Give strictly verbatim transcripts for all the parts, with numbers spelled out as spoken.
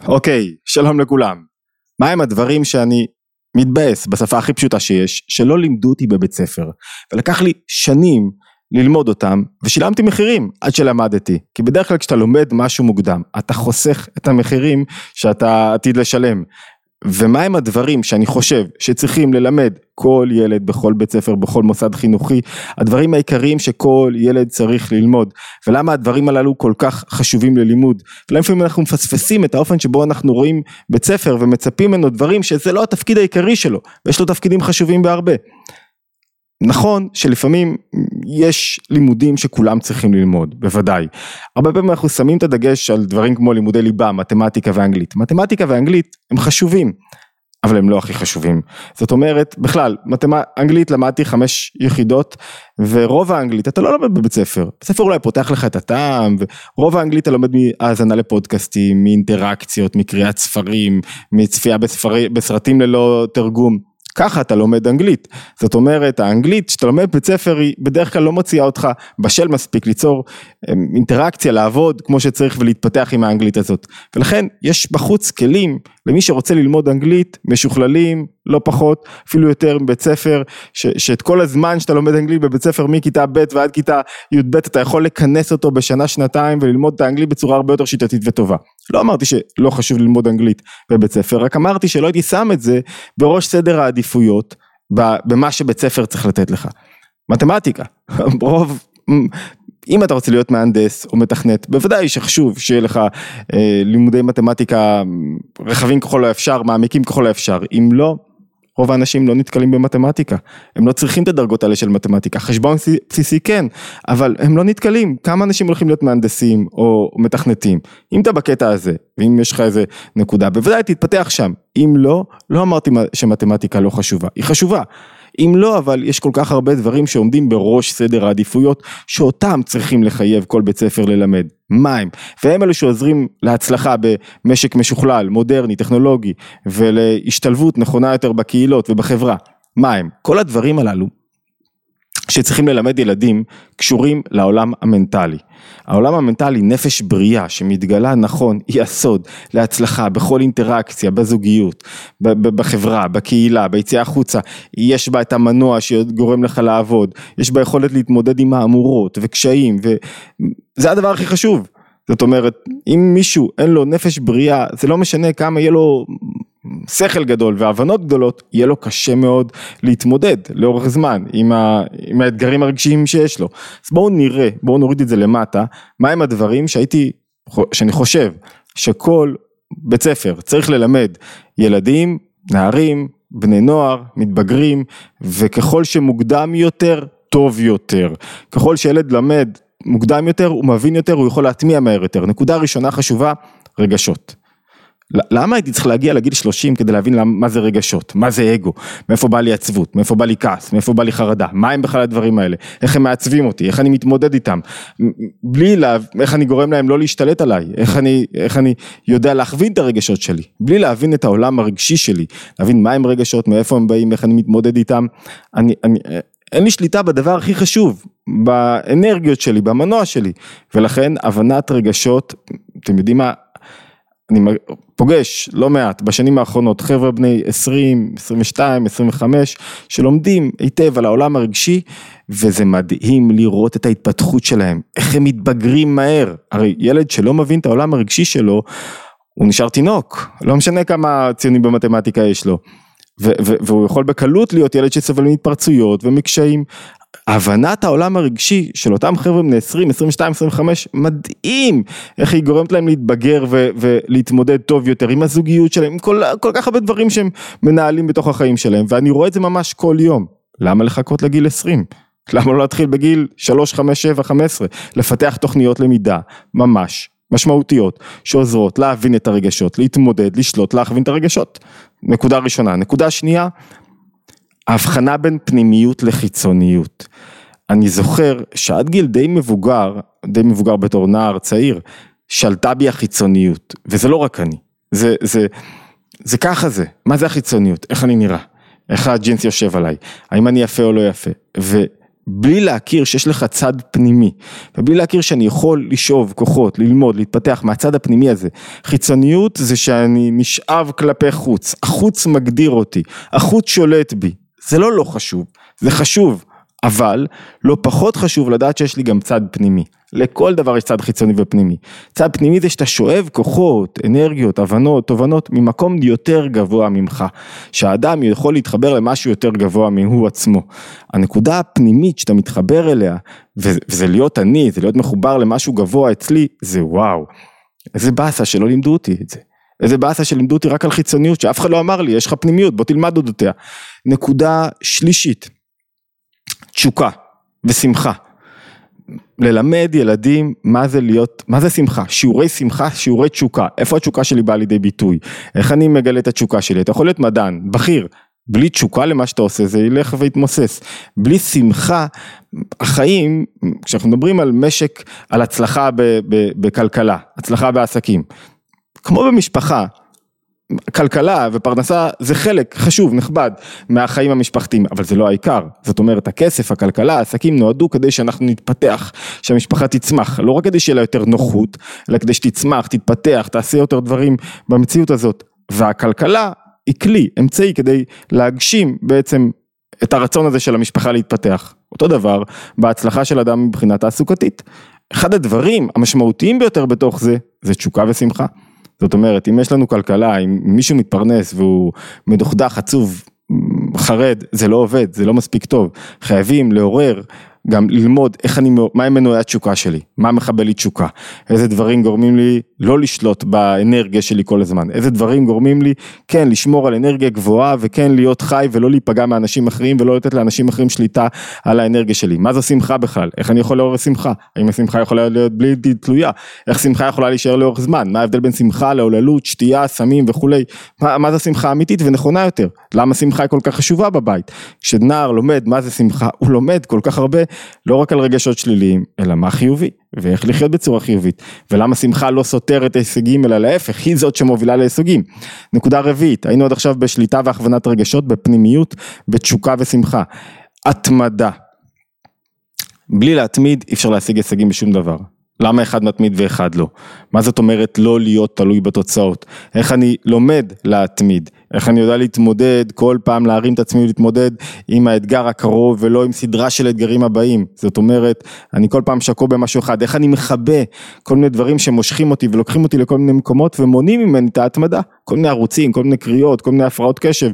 אוקיי, שלום לכולם. מה הם הדברים שאני מתבאס בשפה הכי פשוטה שיש, שלא לימדו אותי בבית ספר, ולקח לי שנים ללמוד אותם, ושילמתי מחירים עד שלמדתי, כי בדרך כלל כשאתה לומד משהו מוקדם, אתה חוסך את המחירים שאתה עתיד לשלם. ומה הם הדברים שאני חושב שצריכים ללמד כל ילד בכל בית ספר, בכל מוסד חינוכי, הדברים העיקריים שכל ילד צריך ללמוד, ולמה הדברים הללו כל כך חשובים ללימוד, ולפעמים אנחנו מפספסים את האופן שבו אנחנו רואים בית ספר, ומצפים ממנו דברים שזה לא התפקיד העיקרי שלו, ויש לו תפקידים חשובים בהרבה. נכון שלפעמים יש לימודים שכולם צריכים ללמוד, בוודאי. הרבה פעמים אנחנו שמים את הדגש על דברים כמו לימודי ליבה, מתמטיקה ואנגלית. מתמטיקה ואנגלית הם חשובים, אבל הם לא הכי חשובים. זאת אומרת, בכלל, מתמ... אנגלית למדתי חמש יחידות, ורוב האנגלית אתה לא לומד בבית ספר. בית ספר אולי פותח לך את הטעם, ורוב האנגלית אתה לומד מהאזנה לפודקאסטים, מאינטראקציות, מקריאת ספרים, מצפייה בספרי... בסרטים ללא תרגום. ככה אתה לומד אנגלית, זאת אומרת האנגלית שאתה לומד בבית ספר היא בדרך כלל לא מוציאה אותך בשל מספיק ליצור אינטראקציה, לעבוד כמו שצריך ולהתפתח עם האנגלית הזאת, ולכן יש בחוץ כלים למי שרוצה ללמוד אנגלית, משוכללים, לא פחות, אפילו יותר מבית ספר, ש, שאת כל הזמן שאתה לומד אנגלית בבית ספר מכיתה ב' ועד כיתה י' ב', אתה יכול לכנס אותו בשנה, שנתיים, וללמוד את האנגלית בצורה הרבה יותר שיטתית וטובה. לא אמרתי שלא חשוב ללמוד אנגלית בבית ספר, רק אמרתי שלא הייתי שם את זה בראש סדר העדיפויות, במה שבית ספר צריך לתת לך. מתמטיקה, ברוב... אם אתה רוצה להיות מהנדס או מתכנת, בוודאי שחשוב שיהיה לך אה, לימודי מתמטיקה רחבים ככל האפשר, מעמיקים ככל האפשר. אם לא, רוב האנשים לא נתקלים במתמטיקה. הם לא צריכים את הדרגות האלה של מתמטיקה. חשבון בסיסי כן, אבל הם לא נתקלים. כמה אנשים הולכים להיות מהנדסים או מתכנתים? אם אתה בקטע הזה, ואם יש לך איזה נקודה, בוודאי תתפתח שם. אם לא, לא אמרתי שמתמטיקה לא חשובה. היא חשובה. אם לא, אבל יש כל כך הרבה דברים שעומדים בראש סדר העדיפויות, שאותם צריכים לחייב כל בית ספר ללמד. מים, והם אלו שעוזרים להצלחה במשק משוכלל, מודרני, טכנולוגי, ולהשתלבות נכונה יותר בקהילות ובחברה. מים, כל הדברים הללו, שצריכים ללמד ילדים, קשורים לעולם המנטלי. העולם המנטלי, נפש בריאה, שמתגלה נכון, היא הסוד להצלחה בכל אינטראקציה, בזוגיות, בחברה, בקהילה, ביציאה החוצה. יש בה את המנוע שגורם לך לעבוד, יש בה יכולת להתמודד עם האמורות וקשיים, וזה הדבר הכי חשוב. זאת אומרת, אם מישהו אין לו נפש בריאה, זה לא משנה כמה יהיה לו שכל גדול והבנות גדולות, יהיה לו קשה מאוד להתמודד לאורך זמן עם, ה, עם האתגרים הרגשיים שיש לו. אז בואו נראה, בואו נוריד את זה למטה, מהם הדברים שהייתי, שאני חושב שכל בית ספר צריך ללמד ילדים, נערים, בני נוער, מתבגרים, וככל שמוקדם יותר, טוב יותר. ככל שילד למד מוקדם יותר, הוא מבין יותר, הוא יכול להטמיע מהר יותר. נקודה ראשונה חשובה, רגשות. למה הייתי צריך להגיע לגיל שלושים כדי להבין מה זה רגשות, מה זה אגו, מאיפה בא לי עצבות, מאיפה בא לי כעס, מאיפה בא לי חרדה, מה הם בכלל הדברים האלה, איך הם מעצבים אותי, איך אני מתמודד איתם, בלי להבין, איך אני גורם להם לא להשתלט עליי, איך אני, איך אני יודע להכווין את הרגשות שלי, בלי להבין את העולם הרגשי שלי, להבין מה הם רגשות, מאיפה הם באים, איך אני מתמודד איתם, אני, אני, אין לי שליטה בדבר הכי חשוב, באנרגיות שלי, במנוע שלי, ולכן הבנת רגשות, אתם יודעים מה, אני פוגש לא מעט בשנים האחרונות חבר'ה בני עשרים, עשרים ושתיים, עשרים וחמש שלומדים היטב על העולם הרגשי, וזה מדהים לראות את ההתפתחות שלהם, איך הם מתבגרים מהר. הרי ילד שלא מבין את העולם הרגשי שלו, הוא נשאר תינוק, לא משנה כמה ציונים במתמטיקה יש לו, ו- ו- והוא יכול בקלות להיות ילד שסבל מתפרצויות ומקשיים. הבנת העולם הרגשי של אותם חבר'ה בני עשרים, עשרים ושתיים, עשרים וחמש, מדהים איך היא גורמת להם להתבגר ו- ולהתמודד טוב יותר עם הזוגיות שלהם, עם כל, כל כך הרבה דברים שהם מנהלים בתוך החיים שלהם, ואני רואה את זה ממש כל יום. למה לחכות לגיל עשרים? למה לא להתחיל בגיל שלוש, חמש, שבע, חמש עשרה? לפתח תוכניות למידה ממש משמעותיות, שעוזרות להבין את הרגשות, להתמודד, לשלוט, להכווין את הרגשות. נקודה ראשונה. נקודה שנייה, ההבחנה בין פנימיות לחיצוניות. אני זוכר שעד גיל די מבוגר, די מבוגר בתור נער צעיר, שלטה בי החיצוניות, וזה לא רק אני, זה, זה, זה ככה זה, מה זה החיצוניות, איך אני נראה, איך הג'ינס יושב עליי, האם אני יפה או לא יפה, בלי להכיר שיש לך צד פנימי, ובלי להכיר שאני יכול לשאוב כוחות, ללמוד, להתפתח מהצד הפנימי הזה. חיצוניות זה שאני נשאב כלפי חוץ, החוץ מגדיר אותי, החוץ שולט בי, זה לא לא חשוב, זה חשוב, אבל לא פחות חשוב לדעת שיש לי גם צד פנימי. לכל דבר יש צד חיצוני ופנימי. צד פנימי זה שאתה שואב כוחות, אנרגיות, הבנות, תובנות, ממקום יותר גבוה ממך. שהאדם יכול להתחבר למשהו יותר גבוה מהו עצמו. הנקודה הפנימית שאתה מתחבר אליה, וזה להיות אני, זה להיות מחובר למשהו גבוה אצלי, זה וואו. איזה באסה שלא לימדו אותי את זה. איזה באסה שלימדו אותי רק על חיצוניות, שאף אחד לא אמר לי, יש לך פנימיות, בוא תלמד אודותיה. נקודה שלישית, תשוקה ושמחה. ללמד ילדים מה זה להיות, מה זה שמחה, שיעורי שמחה, שיעורי תשוקה, איפה התשוקה שלי באה לידי ביטוי, איך אני מגלה את התשוקה שלי, אתה יכול להיות מדען, בכיר, בלי תשוקה למה שאתה עושה, זה ילך ויתמוסס, בלי שמחה, החיים, כשאנחנו מדברים על משק, על הצלחה ב- ב- בכלכלה, הצלחה בעסקים, כמו במשפחה, כלכלה ופרנסה זה חלק חשוב, נכבד מהחיים המשפחתיים, אבל זה לא העיקר. זאת אומרת, הכסף, הכלכלה, העסקים נועדו כדי שאנחנו נתפתח, שהמשפחה תצמח, לא רק כדי שיהיה לה יותר נוחות, אלא כדי שתצמח, תתפתח, תעשה יותר דברים במציאות הזאת. והכלכלה היא כלי, אמצעי כדי להגשים בעצם את הרצון הזה של המשפחה להתפתח. אותו דבר בהצלחה של אדם מבחינה תעסוקתית. אחד הדברים המשמעותיים ביותר בתוך זה, זה תשוקה ושמחה. זאת אומרת, אם יש לנו כלכלה, אם מישהו מתפרנס והוא מדוכדך, עצוב, חרד, זה לא עובד, זה לא מספיק טוב. חייבים לעורר, גם ללמוד איך אני, מה הם מנועי התשוקה שלי, מה מחבל לי תשוקה, איזה דברים גורמים לי לא לשלוט באנרגיה שלי כל הזמן, איזה דברים גורמים לי, כן, לשמור על אנרגיה גבוהה, וכן להיות חי ולא להיפגע מאנשים אחרים, ולא לתת לאנשים אחרים שליטה על האנרגיה שלי. מה זו שמחה בכלל? איך אני יכול לעורר שמחה? האם השמחה יכולה להיות בלי תלויה? איך שמחה יכולה להישאר לאורך זמן? מה ההבדל בין שמחה לעוללות, שתייה, סמים וכולי? מה, מה זו שמחה אמיתית ונכונה יותר? למה שמחה היא כל כך חשובה בבית? כשנער לומד מה זה שמחה, הוא לומד כל כך הרבה, לא רק על רגשות שליליים, אלא מה חיובי, ואיך לחיות בצורה חיובית, ולמה שמחה לא סותרת הישגים, אלא להפך, היא זאת שמובילה להישגים. נקודה רביעית, היינו עד עכשיו בשליטה והכוונת רגשות, בפנימיות, בתשוקה ושמחה. התמדה. בלי להתמיד, אי אפשר להשיג הישגים בשום דבר. למה אחד מתמיד ואחד לא? מה זאת אומרת לא להיות תלוי בתוצאות? איך אני לומד להתמיד? איך אני יודע להתמודד, כל פעם להרים את עצמי ולהתמודד עם האתגר הקרוב ולא עם סדרה של אתגרים הבאים? זאת אומרת, אני כל פעם שקוע במשהו אחד, איך אני מחבא כל מיני דברים שמושכים אותי ולוקחים אותי לכל מיני מקומות ומונים ממני את ההתמדה, כל מיני ערוצים, כל מיני קריאות, כל מיני הפרעות קשב,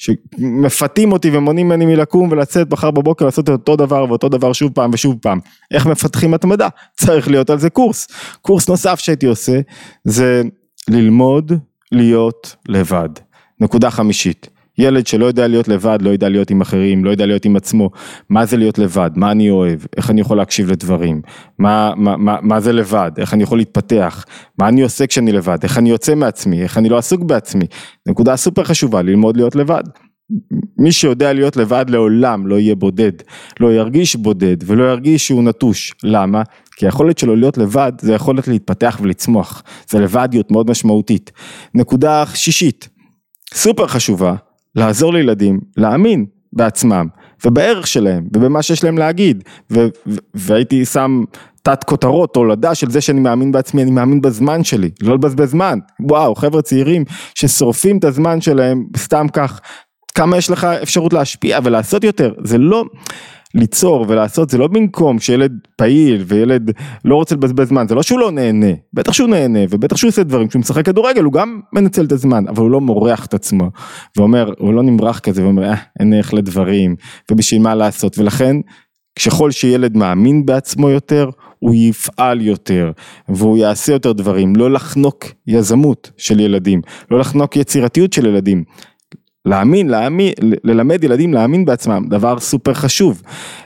שמפתים אותי ומונים ממני מלקום ולצאת מחר בבוקר, לעשות אותו דבר ואותו דבר שוב פעם ושוב פעם. איך מפתחים התמדה? צריך להיות על זה קורס. קורס נוסף שהייתי עושה, זה ללמוד להיות לבד. נקודה חמישית, ילד שלא יודע להיות לבד, לא יודע להיות עם אחרים, לא יודע להיות עם עצמו, מה זה להיות לבד, מה אני אוהב, איך אני יכול להקשיב לדברים, מה, מה, מה, מה זה לבד, איך אני יכול להתפתח, מה אני עושה כשאני לבד, איך אני יוצא מעצמי, איך אני לא עסוק בעצמי, נקודה סופר חשובה, ללמוד להיות לבד. מי שיודע להיות לבד לעולם לא יהיה בודד, לא ירגיש בודד ולא ירגיש שהוא נטוש. למה? כי היכולת שלו להיות לבד זה יכולת להתפתח ולצמוח, זה לבדיות מאוד משמעותית. נקודה שישית, סופר חשובה, לעזור לילדים, להאמין בעצמם, ובערך שלהם, ובמה שיש להם להגיד, ו- ו- והייתי שם תת כותרות, הולדה של זה שאני מאמין בעצמי, אני מאמין בזמן שלי, לא לבזבז זמן. וואו, חבר'ה צעירים ששורפים את הזמן שלהם, סתם כך, כמה יש לך אפשרות להשפיע ולעשות יותר, זה לא... ליצור ולעשות, זה לא במקום שילד פעיל וילד לא רוצה לבזבז זמן, זה לא שהוא לא נהנה, בטח שהוא נהנה ובטח שהוא עושה דברים, כשהוא משחק כדורגל הוא גם מנצל את הזמן, אבל הוא לא מורח את עצמו, ואומר, הוא לא נמרח כזה, ואומר, אה, אין איך לדברים, ובשביל מה לעשות, ולכן, כשכל שילד מאמין בעצמו יותר, הוא יפעל יותר, והוא יעשה יותר דברים, לא לחנוק יזמות של ילדים, לא לחנוק יצירתיות של ילדים, להאמין, להאמין, ללמד ילדים להאמין בעצמם, דבר סופר חשוב,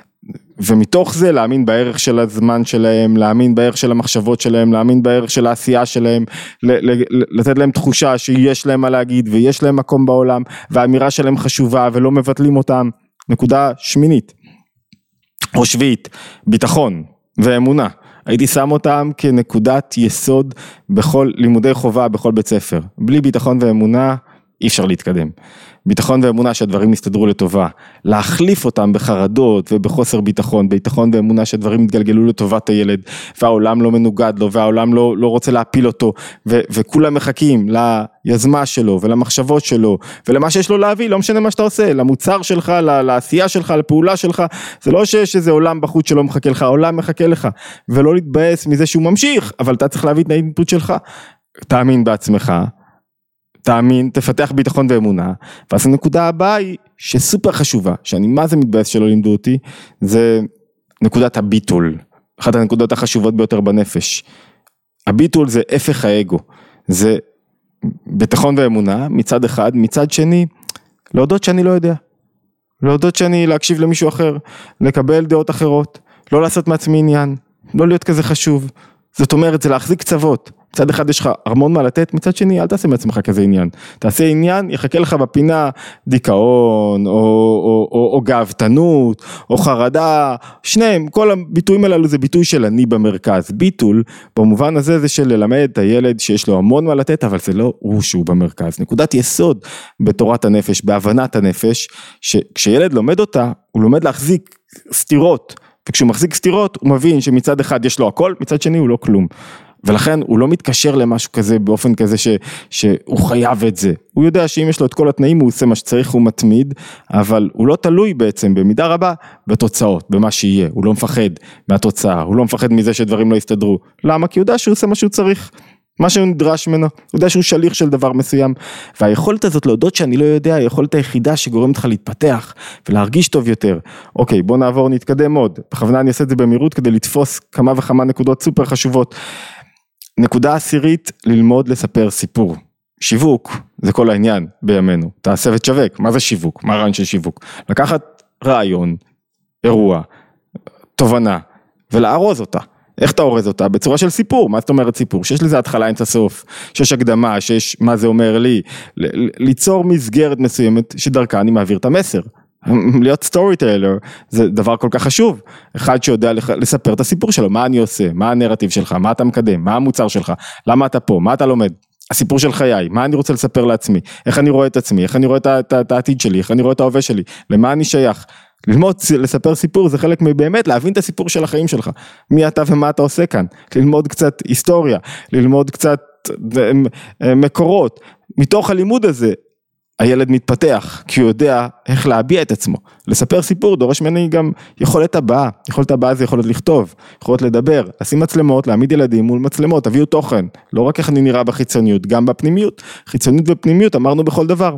ומתוך זה להאמין בערך של הזמן שלהם, להאמין בערך של המחשבות שלהם, להאמין בערך של העשייה שלהם, לתת להם תחושה שיש להם מה להגיד, ויש להם מקום בעולם, והאמירה שלהם חשובה, ולא מבטלים אותם. נקודה שמינית, או שביעית, ביטחון ואמונה. הייתי שם אותם כנקודת יסוד בכל לימודי חובה, בכל בית ספר. בלי ביטחון ואמונה, אי אפשר להתקדם. ביטחון ואמונה שהדברים יסתדרו לטובה, להחליף אותם בחרדות ובחוסר ביטחון, ביטחון ואמונה שהדברים יתגלגלו לטובת הילד, והעולם לא מנוגד לו, והעולם לא, לא רוצה להפיל אותו, ו, וכולם מחכים ליזמה שלו, ולמחשבות שלו, ולמה שיש לו להביא, לא משנה מה שאתה עושה, למוצר שלך, לעשייה שלך, לפעולה שלך, זה לא שיש איזה עולם בחוץ שלא מחכה לך, העולם מחכה לך, ולא להתבאס מזה שהוא ממשיך, אבל אתה צריך להביא את האינפוט שלך, תאמין בעצמך, תאמין, תפתח ביטחון ואמונה, ואז הנקודה הבאה היא שסופר חשובה, שאני מה זה מתבאס שלא לימדו אותי, זה נקודת הביטול, אחת הנקודות החשובות ביותר בנפש. הביטול זה הפך האגו, זה ביטחון ואמונה מצד אחד, מצד שני, להודות שאני לא יודע, להודות שאני להקשיב למישהו אחר, לקבל דעות אחרות, לא לעשות מעצמי עניין, לא להיות כזה חשוב, זאת אומרת זה להחזיק קצוות, מצד אחד יש לך הרמון מה לתת, מצד שני אל תעשה מעצמך כזה עניין, תעשה עניין, יחכה לך בפינה דיכאון, או, או, או, או גאוותנות, או חרדה, שניהם, כל הביטויים הללו זה ביטוי של אני במרכז, ביטול, במובן הזה זה של ללמד את הילד שיש לו המון מה לתת, אבל זה לא הוא שהוא במרכז, נקודת יסוד בתורת הנפש, בהבנת הנפש, שכשילד לומד אותה, הוא לומד להחזיק סתירות, וכשהוא מחזיק סתירות, הוא מבין שמצד אחד יש לו הכל, מצד שני הוא לא כלום. ולכן הוא לא מתקשר למשהו כזה באופן כזה ש, שהוא חייב את זה. הוא יודע שאם יש לו את כל התנאים הוא עושה מה שצריך, הוא מתמיד, אבל הוא לא תלוי בעצם במידה רבה בתוצאות, במה שיהיה. הוא לא מפחד מהתוצאה, הוא לא מפחד מזה שדברים לא יסתדרו. למה? כי הוא יודע שהוא עושה מה שהוא צריך. מה שהוא נדרש ממנו, הוא יודע שהוא שליח של דבר מסוים, והיכולת הזאת להודות שאני לא יודע, היכולת היחידה שגורמת לך להתפתח, ולהרגיש טוב יותר. אוקיי, בוא נעבור, נתקדם עוד, בכוונה אני אעשה את זה במהירות, כדי לתפוס כמה וכמה נקודות סופר חשובות. נקודה עשירית, ללמוד לספר סיפור. שיווק, זה כל העניין בימינו, תעשה ותשווק, מה זה שיווק? מה הרעיון של שיווק? לקחת רעיון, אירוע, תובנה, ולארוז אותה. איך אתה אורז אותה? בצורה של סיפור, מה זאת אומרת סיפור? שיש לזה התחלה אמצע סוף, שיש הקדמה, שיש מה זה אומר לי, ליצור מסגרת מסוימת שדרכה אני מעביר את המסר. להיות סטורי טיילר זה דבר כל כך חשוב, אחד שיודע לספר את הסיפור שלו, מה אני עושה, מה הנרטיב שלך, מה אתה מקדם, מה המוצר שלך, למה אתה פה, מה אתה לומד, הסיפור של חיי, מה אני רוצה לספר לעצמי, איך אני רואה את עצמי, איך אני רואה את העתיד שלי, איך אני רואה את ההווה שלי, למה אני שייך. ללמוד לספר סיפור זה חלק מבאמת להבין את הסיפור של החיים שלך, מי אתה ומה אתה עושה כאן, ללמוד קצת היסטוריה, ללמוד קצת מקורות, מתוך הלימוד הזה הילד מתפתח, כי הוא יודע איך להביע את עצמו, לספר סיפור דורש ממני גם יכולת הבאה, יכולת הבאה זה יכולת לכתוב, יכולת לדבר, לשים מצלמות, להעמיד ילדים מול מצלמות, תביאו תוכן, לא רק איך אני נראה בחיצוניות, גם בפנימיות, חיצוניות ופנימיות אמרנו בכל דבר.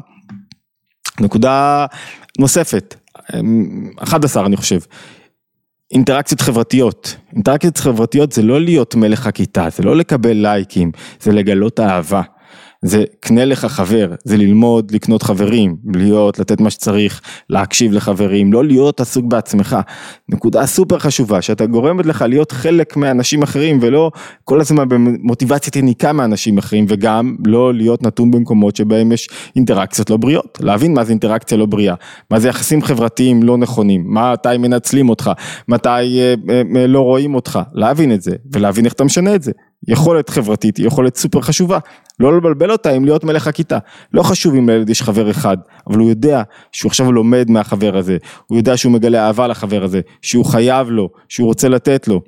נקודה נוספת, אחד עשר אני חושב, אינטראקציות חברתיות, אינטראקציות חברתיות זה לא להיות מלך הכיתה, זה לא לקבל לייקים, זה לגלות אהבה, זה קנה לך חבר, זה ללמוד לקנות חברים, להיות, לתת מה שצריך, להקשיב לחברים, לא להיות עסוק בעצמך, נקודה סופר חשובה, שאתה גורמת לך להיות חלק מאנשים אחרים, ולא כל הזמן במוטיבציה תניקה מאנשים אחרים, וגם לא להיות נתון במקומות שבהם יש אינטראקציות לא בריאות, להבין מה זה אינטראקציה לא בריאה, מה זה יחסים חברתיים לא נכונים, מתי מנצלים אותך, מתי אה, אה, לא רואים אותך, להבין את זה, ולהבין איך אתה משנה את זה, יכולת חברתית היא יכולת סופר חשובה, לא לבלבל אותה עם להיות מלך הכיתה, לא חשוב אם לילד יש חבר אחד, אבל הוא יודע שהוא עכשיו לומד מהחבר הזה, הוא יודע שהוא מגלה אהבה לחבר הזה, שהוא חייב לו, שהוא רוצה לתת לו.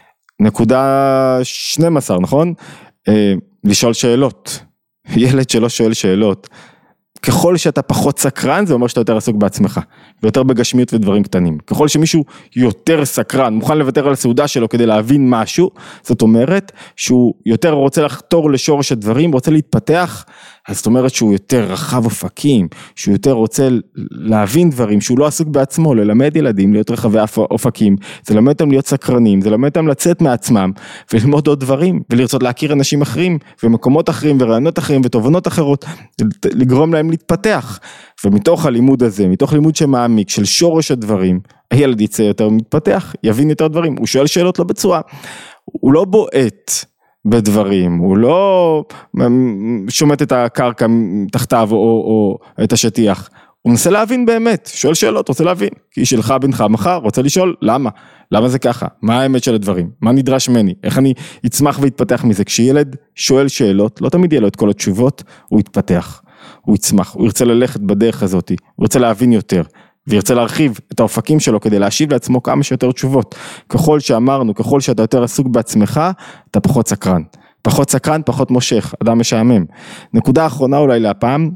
נקודה שתים עשרה, נכון? אה, לשאול שאלות, ילד שלא שואל שאלות, ככל שאתה פחות סקרן, זה אומר שאתה יותר עסוק בעצמך, ויותר בגשמיות ודברים קטנים. ככל שמישהו יותר סקרן, מוכן לוותר על הסעודה שלו כדי להבין משהו, זאת אומרת שהוא יותר רוצה לחתור לשורש הדברים, רוצה להתפתח, אז זאת אומרת שהוא יותר רחב אופקים, שהוא יותר רוצה להבין דברים, שהוא לא עסוק בעצמו, ללמד ילדים להיות רחבי אופקים, זה ללמד אותם להיות סקרנים, זה ללמד אותם לצאת מעצמם, וללמוד עוד דברים, ולרצות להכיר אנשים אחרים, ומקומות אחרים, ורעיונות אחרים, ותובנות אחרות, לגרום להם להתפתח, ומתוך הלימוד הזה, מתוך לימוד שמעמיק, של שורש הדברים, הילד יצא יותר מתפתח, יבין יותר דברים, הוא שואל שאלות לא בצורה, הוא לא בועט, בדברים, הוא לא שומט את הקרקע תחתיו או, או את השטיח, הוא מנסה להבין באמת, שואל שאלות, רוצה להבין, כי שלך בנך מחר, רוצה לשאול, למה? למה זה ככה? מה האמת של הדברים? מה נדרש ממני? איך אני אצמח והתפתח מזה? כשילד שואל שאלות, לא תמיד יהיה לו את כל התשובות, הוא יתפתח. הוא יצמח, הוא ירצה ללכת בדרך הזאת, הוא ירצה להבין יותר, וירצה להרחיב את האופקים שלו כדי להשיב לעצמו כמה שיותר תשובות. ככל שאמרנו, ככל שאתה יותר עסוק בעצמך, אתה פחות סקרן. פחות סקרן, פחות מושך, אדם משעמם. נקודה אחרונה אולי להפעם,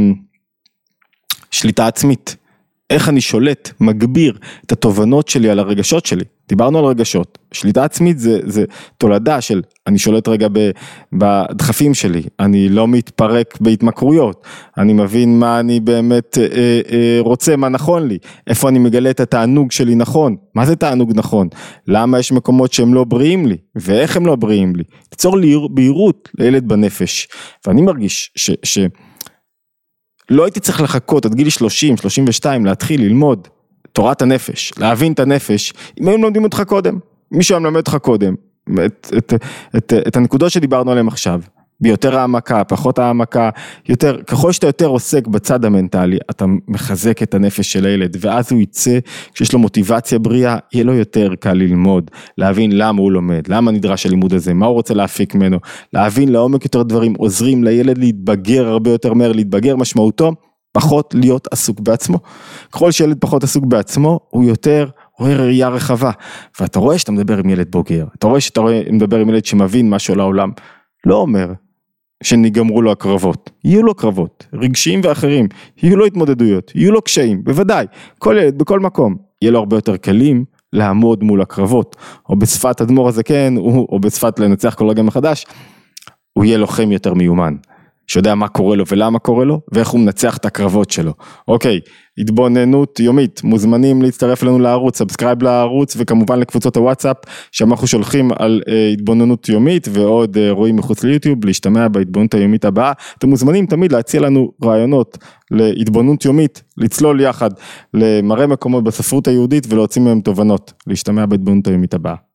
שליטה עצמית. איך אני שולט, מגביר את התובנות שלי על הרגשות שלי. דיברנו על רגשות. שליטה עצמית זה, זה תולדה של, אני שולט רגע ב, בדחפים שלי, אני לא מתפרק בהתמכרויות, אני מבין מה אני באמת אה, אה, רוצה, מה נכון לי, איפה אני מגלה את התענוג שלי נכון, מה זה תענוג נכון, למה יש מקומות שהם לא בריאים לי, ואיך הם לא בריאים לי, ליצור בהירות לילד בנפש, ואני מרגיש ש... ש לא הייתי צריך לחכות עד גיל שלושים, שלושים ושתיים, להתחיל ללמוד תורת הנפש, להבין את הנפש, אם הם לומדים אותך קודם, מישהו הם לומד אותך קודם, את, את, את, את הנקודות שדיברנו עליהן עכשיו, ביותר העמקה, פחות העמקה, יותר, ככל שאתה יותר עוסק בצד המנטלי, אתה מחזק את הנפש של הילד, ואז הוא יצא, כשיש לו מוטיבציה בריאה, יהיה לו יותר קל ללמוד, להבין למה הוא לומד, למה נדרש הלימוד הזה, מה הוא רוצה להפיק ממנו, להבין לעומק יותר דברים, עוזרים לילד להתבגר הרבה יותר מהר, להתבגר משמעותו, פחות להיות עסוק בעצמו. ככל שילד פחות עסוק בעצמו, הוא יותר רואה ראייה רחבה, ואתה רואה שאתה מדבר עם ילד בוגר, אתה רואה שאתה מדבר עם ילד שמבין משהו לעולם, לא אומר שניגמרו לו הקרבות, יהיו לו קרבות, רגשיים ואחרים, יהיו לו התמודדויות, יהיו לו קשיים, בוודאי, כל ילד בכל מקום, יהיה לו הרבה יותר קלים לעמוד מול הקרבות, או בשפת אדמו"ר הזקן, או בשפת לנצח כל רגע מחדש, הוא יהיה לוחם יותר מיומן, שיודע מה קורה לו ולמה קורה לו, ואיך הוא מנצח את הקרבות שלו. אוקיי, התבוננות יומית, מוזמנים להצטרף לנו לערוץ, סאבסקרייב לערוץ, וכמובן לקבוצות הוואטסאפ, שם אנחנו שולחים על אה, התבוננות יומית, ועוד אה, רואים מחוץ ליוטיוב, להשתמע בהתבוננות היומית הבאה. אתם מוזמנים תמיד להציע לנו רעיונות להתבוננות יומית, לצלול יחד למראה מקומות בספרות היהודית, ולהוציא מהם תובנות, להשתמע בהתבוננות היומית הבאה.